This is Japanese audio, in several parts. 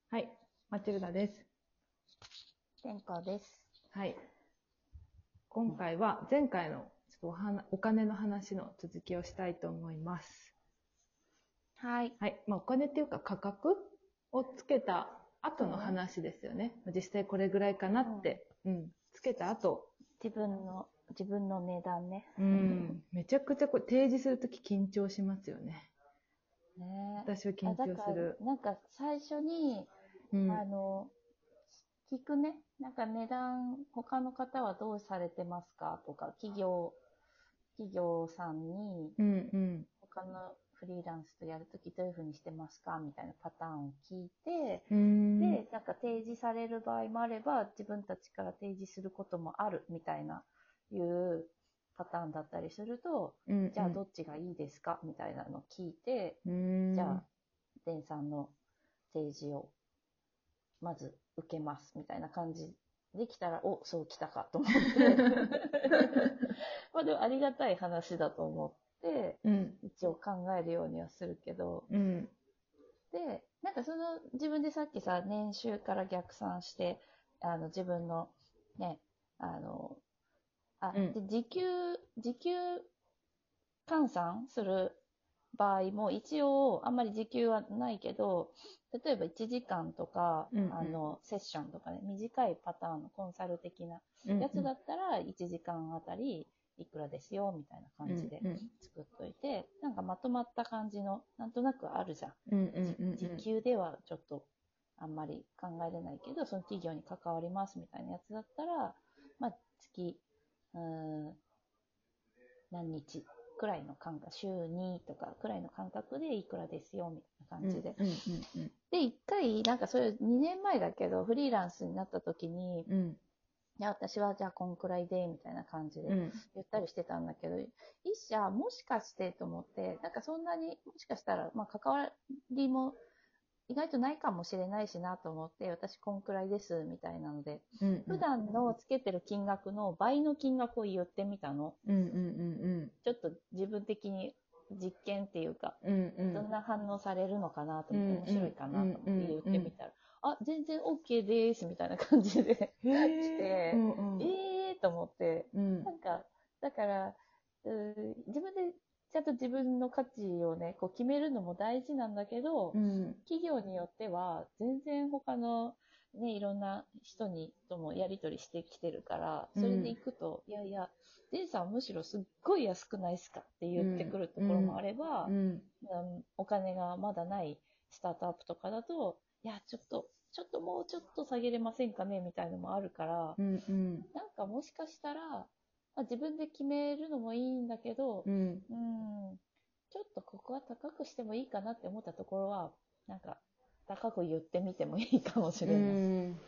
はい、マチルダです。 天下です。 はい、今回は前回のちょっとお金の話の続きをしたいと思います。 はい。 はい、お金っていうか価格をつけた後のそうね。 話ですよね。実際これぐらいかなって、つけた後、 自分の値段ね。 めちゃくちゃこれ提示するとき緊張しますよね。 ね私は緊だか張する。 ら、最初に、 うん、 あの、聞くね。値段、他の方はどうされてますかとか、企業さんに、 うん、うん、 他のフリーランスとやるときどういうふうにしてますかみたいなパターンを聞いて、 うーん、 で、提示される場合もあれば、自分たちから提示することもあるみたいな、いうパターンだったりすると、 うん、 じゃあどっちがいいですかみたいなのを聞いて、 うん、うーん、 じゃあ、デンさんの提示をまず受けますみたいな感じできたら、お、そうきたかと思ってまあでもありがたい話だと思って、 うん、 一応考えるようにはするけど、 うん、 で、自分でさっきさ、年収から逆算して、自分のね、あの、 うん、 で、時給換算する場合も一応あんまり時給はないけど、例えば1時間とか、 うん、 セッションとかね、短いパターンのコンサル的なうん、うん、 やつだったら1時間あたりいくらですよ、みたいなうん、 感じでうん、 作っといて、まとまった感じの、なんとなくあるじゃん。 うん、うん、うん、 時給ではちょっとあんまり考えれないけど、その企業に関わりますみたいなやつだったら、まあ、月、うーん、何日くらいの間隔、週2とかくらいの間隔でいくらですよみたいなうん、 感じで。 うん、うん、 で、一回、それ2年前だけど、フリーランスになった時に、いうん、 や、私はじゃあこんくらいで、みたいな感じでうん、 言ったりしてたんだけど、一社もしかしてと思って、そんなに、もしかしたら、まあ関わりも意外とないかもしれないしなと思って、私こんくらいですみたいなので、 うん、 普段のつけてる金額の倍の金額を言ってみたの。 うん、うん、 ちょっと自分的に実験っていうか、 うん、うん、 どんな反応されるのかなとうん、 思って、面うん、 白いかうん、 なと思ってうん、うん、 言ってみたら、あ、全然 OK ですみたいな感じでへ来え、うて、 ん、うん、 と思って、 うん、 だから、自分でちゃんと自分の価値をね、こう決めるのも大事なんだけど、 うん、 企業によっては全然他のね、いろんな人にともやり取りしてきてるから、それでうん、 行くと、いやいや、デンさんむしろすっごい安くないっすかって言ってうん、 くるとうん、 ころもあれば、 うん、 お金がまだないスタートアップとかだと、いや、ちょっともうちょっと下げれませんかねみたいのもあるから、 うん、うん、 もしかしたら、自分で決めるのもいいんだけど、 うん、 うん、ちょっとここは高くしてもいいかなって思ったところは、高く言ってみてもいいかもしうれない。 ん、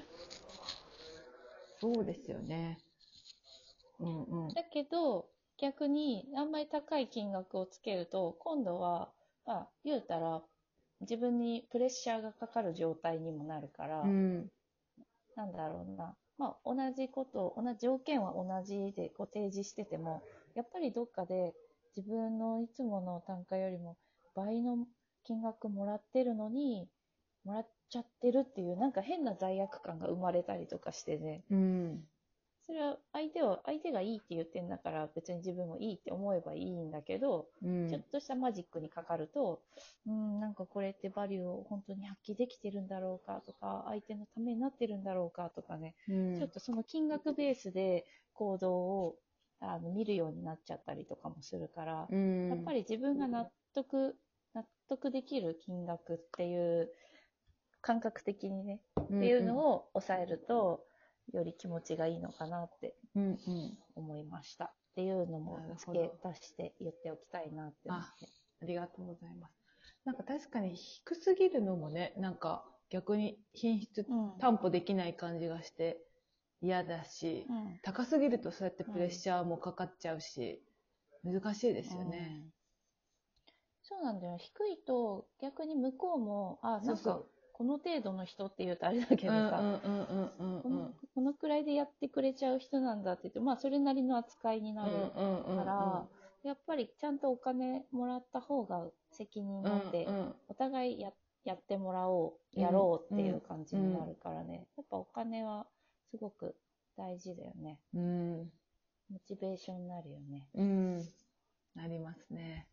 そうですよね。うん、うん、 だけど、逆にあんまり高い金額をつけると、今度は、言うたら、自分にプレッシャーがかかる状態にもなるから、 うん、 なんだろうな。同じ条件は同じでこう提示してても、やっぱりどっかで自分のいつもの単価よりも倍の金額もらってるのに、もらっちゃってるっていう、変な罪悪感が生まれたりとかしてね。 うん、 それは相手がいいって言ってんだから別に自分もいいって思えばいいんだけど、ちょっうん、 としたマジックにかかると、これってバリューを本当に発揮できてるんだろうかとか、相手のためになってるんだろうかとかね、 うん、 ちょっとその金額ベースで行動を見るようになっちゃったりとかもするから、 うん、 やっぱり自分が納得できる金額っていう感覚的にね、 うん、 っていううん、 のを抑えると、より気持ちがいいのかなってうん、うん、 思いましたっていうのもなるほ付けど。 足して言っておきたいなって思っあ、 て。 ありがとうございます。確かに低すぎるのもね、逆に品質うん。 担保できない感じがして嫌だし、 うん。 高すぎるとそうやってプレッうん。 シャーもかかっちゃうし、難しいでうすよね。 ん。そうなんだよ。低いと逆に向こうも、 そうそう。 この程度の人って言うとあれだけうんうどさ、 んうんうんうんこの、 うん。 このくらいでやってくれちゃう人なんだって言って、それなりの扱いになうんるうんうかんうん。 ら、やっぱりちゃんとお金もらった方が責任うん持って、 うん。 お互いやってもらおう、やろうっていう感じになるからね。やっぱお金はすごく大事だよね。モチベーションになるよね。 なりますね。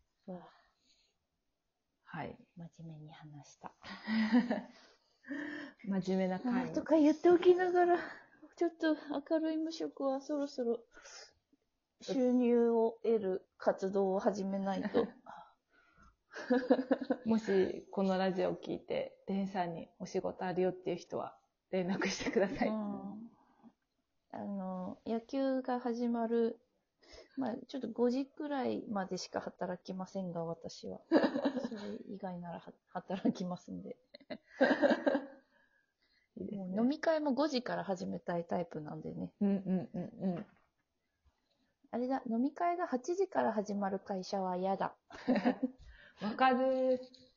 はい。 真面目に話した。 真面目な回とか言っておきながら、ちょっと明るい無職はそろそろ収入を得る活動を始めないと。 もしこのラジオを聞いて、デンさんにお仕事あるよっていう人は連絡してください。 野球が始まる、ちょっと5時くらいまでしか働きませんが、私は。それ以外なら働きますんで。 いいですね。 もう飲み会も5時から始めたいタイプなんでね。あれだ、飲み会が8時から始まる会社は嫌だ。 わかる。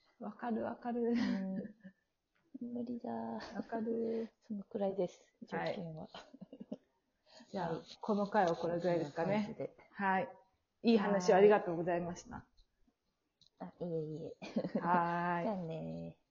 無理だ。 わかる。 そのくらいです、条件は。 じゃあ、この回はこれぐらいですかね。はい。いい話をありがとうございました。 いえいえ。 はい。 じゃあね。